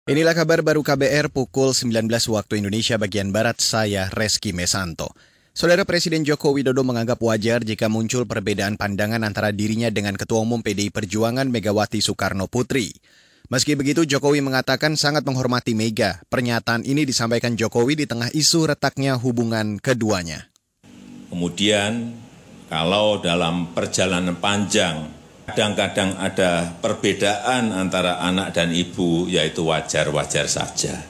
Inilah kabar baru KBR pukul 19 waktu Indonesia bagian Barat, saya Reski Mesanto. Saudara Presiden Joko Widodo menganggap wajar jika muncul perbedaan pandangan antara dirinya dengan Ketua Umum PDI Perjuangan Megawati Soekarno Putri. Meski begitu, Jokowi mengatakan sangat menghormati Mega. Pernyataan ini disampaikan Jokowi di tengah isu retaknya hubungan keduanya. Kemudian, kalau dalam perjalanan panjang, kadang-kadang ada perbedaan antara anak dan ibu, yaitu wajar-wajar saja,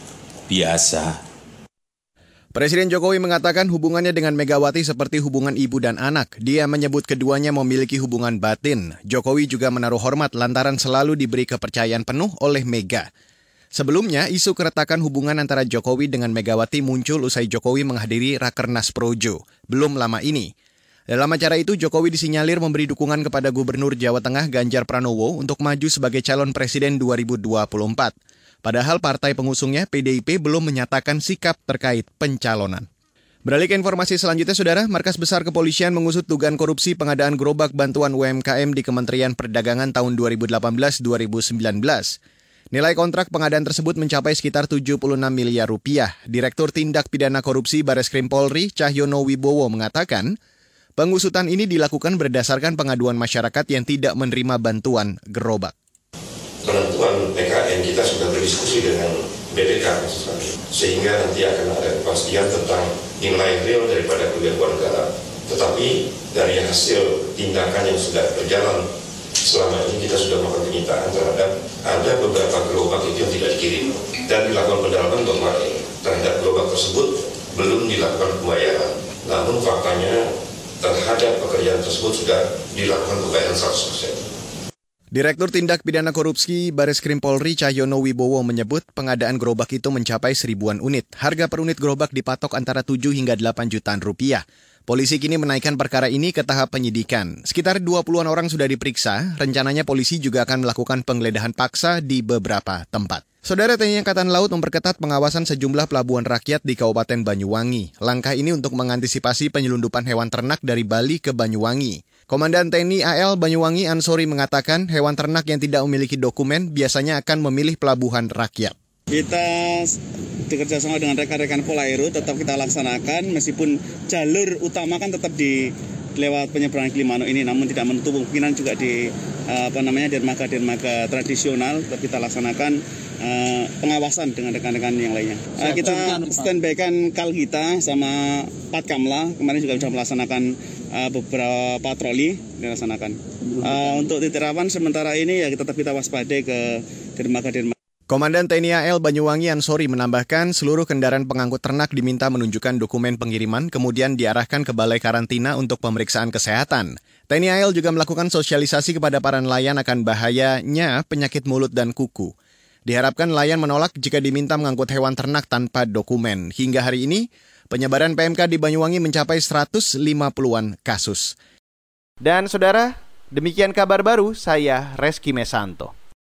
biasa. Presiden Jokowi mengatakan hubungannya dengan Megawati seperti hubungan ibu dan anak. Dia menyebut keduanya memiliki hubungan batin. Jokowi juga menaruh hormat lantaran selalu diberi kepercayaan penuh oleh Mega. Sebelumnya, isu keretakan hubungan antara Jokowi dengan Megawati muncul usai Jokowi menghadiri Rakernas Projo. Belum lama ini. Dalam acara itu, Jokowi disinyalir memberi dukungan kepada Gubernur Jawa Tengah Ganjar Pranowo untuk maju sebagai calon presiden 2024. Padahal partai pengusungnya, PDIP, belum menyatakan sikap terkait pencalonan. Beralih ke informasi selanjutnya, Saudara, Markas Besar Kepolisian mengusut dugaan korupsi pengadaan gerobak bantuan UMKM di Kementerian Perdagangan tahun 2018-2019. Nilai kontrak pengadaan tersebut mencapai sekitar 76 miliar rupiah. Direktur Tindak Pidana Korupsi Bareskrim Polri, Cahyono Wibowo, mengatakan, pengusutan ini dilakukan berdasarkan pengaduan masyarakat yang tidak menerima bantuan gerobak. Penentuan PKN kita sudah berdiskusi dengan BPK, sehingga nanti akan ada kepastian tentang nilai real daripada kerugian negara. Tetapi dari hasil tindakan yang sudah berjalan selama ini, kita sudah melakukan penyitaan terhadap ada beberapa gerobak itu yang tidak dikirim, dan dilakukan pendalaman bahwa terhadap gerobak tersebut belum dilakukan pembayaran. Namun faktanya terhadap pekerjaan tersebut sudah dilakukan pembayaran 100%. Direktur Tindak Pidana Korupsi Bareskrim Polri Cahyono Wibowo menyebut pengadaan gerobak itu mencapai 1000-an unit. Harga per unit gerobak dipatok antara 7 hingga 8 jutaan rupiah. Polisi kini menaikkan perkara ini ke tahap penyidikan. Sekitar 20-an orang sudah diperiksa. Rencananya polisi juga akan melakukan penggeledahan paksa di beberapa tempat. Saudara, TNI Angkatan Laut memperketat pengawasan sejumlah pelabuhan rakyat di Kabupaten Banyuwangi. Langkah ini untuk mengantisipasi penyelundupan hewan ternak dari Bali ke Banyuwangi. Komandan TNI AL Banyuwangi Ansori mengatakan hewan ternak yang tidak memiliki dokumen biasanya akan memilih pelabuhan rakyat. Kita bekerjasama dengan rekan-rekan Polairo tetap kita laksanakan meskipun jalur utama kan tetap di lewat penyeberangan Gilimanuk ini, namun tidak menutup kemungkinan juga di dermaga tradisional tetap kita laksanakan pengawasan dengan rekan-rekan yang lainnya. Kita standby-kan kal kita sama Patkamla, kemarin juga sudah melaksanakan beberapa patroli dilaksanakan. Untuk titik rawan sementara ini ya tetap kita waspadai ke dermaga. Komandan TNI AL Banyuwangi Ansori menambahkan seluruh kendaraan pengangkut ternak diminta menunjukkan dokumen pengiriman, kemudian diarahkan ke balai karantina untuk pemeriksaan kesehatan. TNI AL juga melakukan sosialisasi kepada para nelayan akan bahayanya penyakit mulut dan kuku. Diharapkan nelayan menolak jika diminta mengangkut hewan ternak tanpa dokumen. Hingga hari ini, penyebaran PMK di Banyuwangi mencapai 150-an kasus. Dan saudara, demikian kabar baru, saya Reski Mesanto.